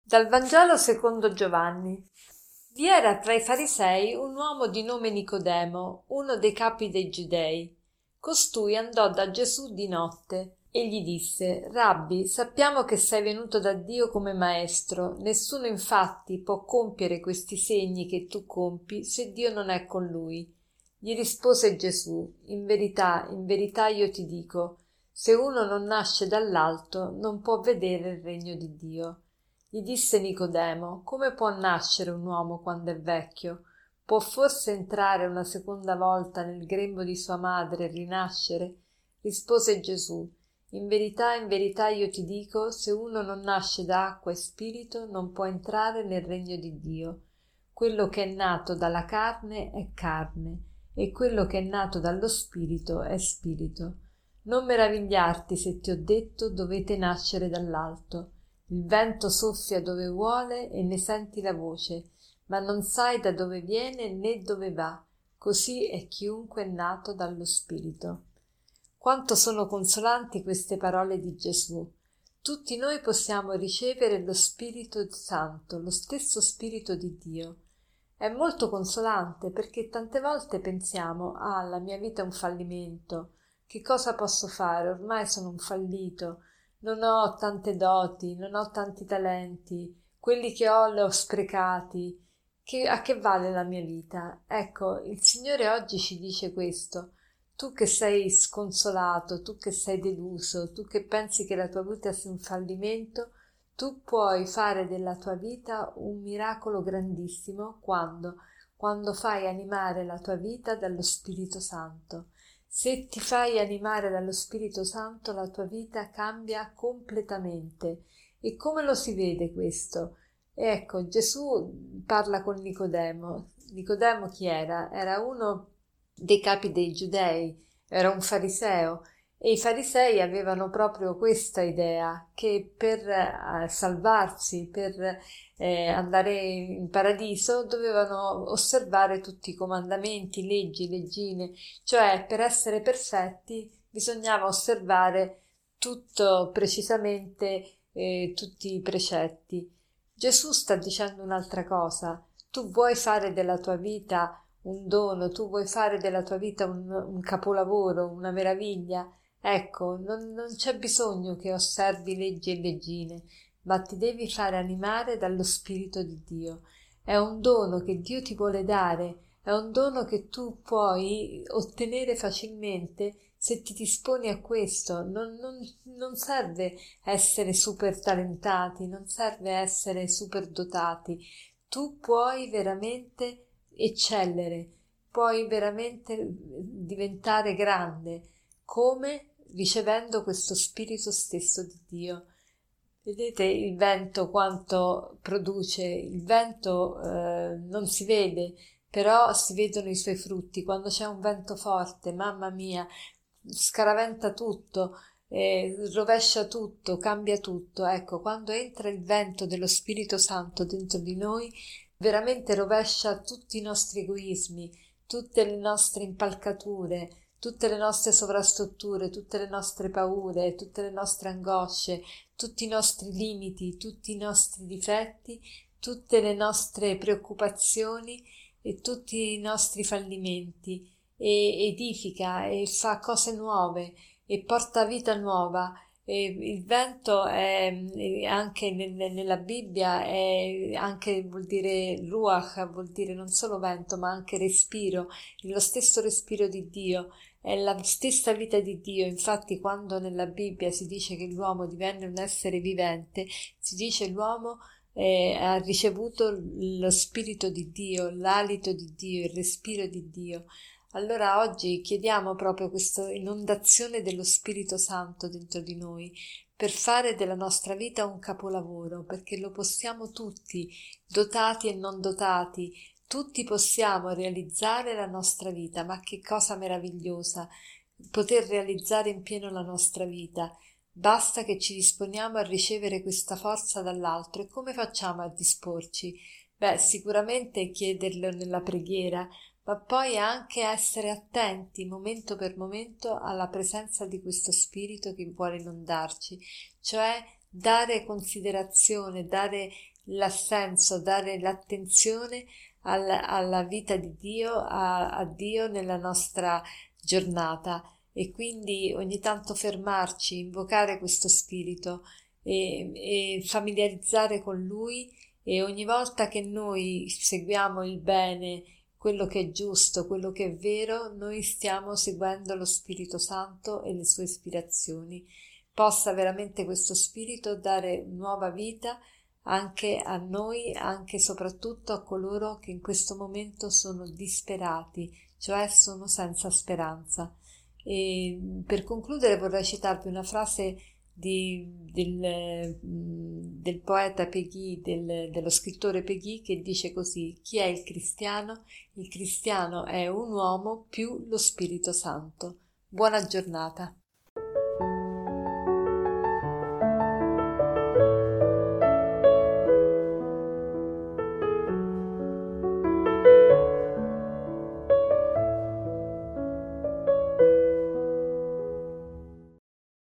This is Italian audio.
Dal Vangelo secondo Giovanni. Vi era tra i farisei un uomo di nome Nicodemo, uno dei capi dei Giudei. Costui andò da Gesù di notte e gli disse: Rabbi, sappiamo che sei venuto da Dio come maestro. Nessuno infatti può compiere questi segni che tu compi se Dio non è con lui. Gli rispose Gesù: in verità io ti dico, se uno non nasce dall'alto non può vedere il regno di Dio. Gli disse Nicodemo: come può nascere un uomo quando è vecchio? Può forse entrare una seconda volta nel grembo di sua madre e rinascere? Rispose Gesù: in verità io ti dico, se uno non nasce da acqua e spirito non può entrare nel regno di Dio. Quello che è nato dalla carne è carne, e quello che è nato dallo spirito è spirito. Non meravigliarti se ti ho detto: dovete nascere dall'alto. Il vento soffia dove vuole e ne senti la voce, ma non sai da dove viene né dove va. Così è chiunque è nato dallo Spirito. Quanto sono consolanti queste parole di Gesù. Tutti noi possiamo ricevere lo Spirito Santo, lo stesso Spirito di Dio. È molto consolante perché tante volte pensiamo: ah, la mia vita è un fallimento, che cosa posso fare? Ormai sono un fallito. Non ho tante doti, non ho tanti talenti, quelli che ho li ho sprecati. A che vale la mia vita? Ecco, il Signore oggi ci dice questo. Tu che sei sconsolato, tu che sei deluso, tu che pensi che la tua vita sia un fallimento, tu puoi fare della tua vita un miracolo grandissimo quando fai animare la tua vita dallo Spirito Santo. Se ti fai animare dallo Spirito Santo, la tua vita cambia completamente. E come lo si vede questo? Ecco, Gesù parla con Nicodemo. Nicodemo chi era? Era uno dei capi dei Giudei, era un fariseo, e i farisei avevano proprio questa idea, che per salvarsi, per andare in paradiso, dovevano osservare tutti i comandamenti, leggi, leggine, cioè per essere perfetti bisognava osservare tutto precisamente, tutti i precetti. Gesù sta dicendo un'altra cosa. Tu vuoi fare della tua vita un dono, tu vuoi fare della tua vita un capolavoro, una meraviglia. Ecco, non c'è bisogno che osservi leggi e leggine, ma ti devi fare animare dallo Spirito di Dio. È un dono che Dio ti vuole dare, è un dono che tu puoi ottenere facilmente se ti disponi a questo. Non serve essere super talentati, non serve essere super dotati. Tu puoi veramente eccellere, puoi veramente diventare grande. Come? Ricevendo questo spirito stesso di Dio. Vedete il vento quanto produce? Il vento non si vede, però si vedono i suoi frutti. Quando c'è un vento forte, mamma mia, scaraventa tutto, rovescia tutto, cambia tutto. Ecco, quando entra il vento dello Spirito Santo dentro di noi, veramente rovescia tutti i nostri egoismi, tutte le nostre impalcature, tutte le nostre sovrastrutture, tutte le nostre paure, tutte le nostre angosce, tutti i nostri limiti, tutti i nostri difetti, tutte le nostre preoccupazioni e tutti i nostri fallimenti, e edifica e fa cose nuove e porta vita nuova. E il vento è anche nella Bibbia, è anche, vuol dire ruach, vuol dire non solo vento ma anche respiro, lo stesso respiro di Dio, è la stessa vita di Dio. Infatti quando nella Bibbia si dice che l'uomo divenne un essere vivente, si dice l'uomo ha ricevuto lo spirito di Dio, l'alito di Dio, il respiro di Dio. Allora oggi chiediamo proprio questa inondazione dello Spirito Santo dentro di noi per fare della nostra vita un capolavoro, perché lo possiamo tutti, dotati e non dotati, tutti possiamo realizzare la nostra vita. Ma che cosa meravigliosa poter realizzare in pieno la nostra vita. Basta che ci disponiamo a ricevere questa forza dall'altro. E come facciamo a disporci? Beh, sicuramente chiederlo nella preghiera, ma poi anche essere attenti momento per momento alla presenza di questo spirito che vuole inondarci, cioè dare considerazione, dare l'assenso, dare l'attenzione alla vita di Dio, a Dio nella nostra giornata, e quindi ogni tanto fermarci, invocare questo spirito e familiarizzare con lui, e ogni volta che noi seguiamo il bene, quello che è giusto, quello che è vero, noi stiamo seguendo lo Spirito Santo e le sue ispirazioni. Possa veramente questo spirito dare nuova vita anche a noi, anche e soprattutto a coloro che in questo momento sono disperati, cioè sono senza speranza. E per concludere vorrei citarvi una frase del poeta Peggy, dello scrittore Peggy, che dice così: chi è il cristiano? Il cristiano è un uomo più lo Spirito Santo. Buona giornata.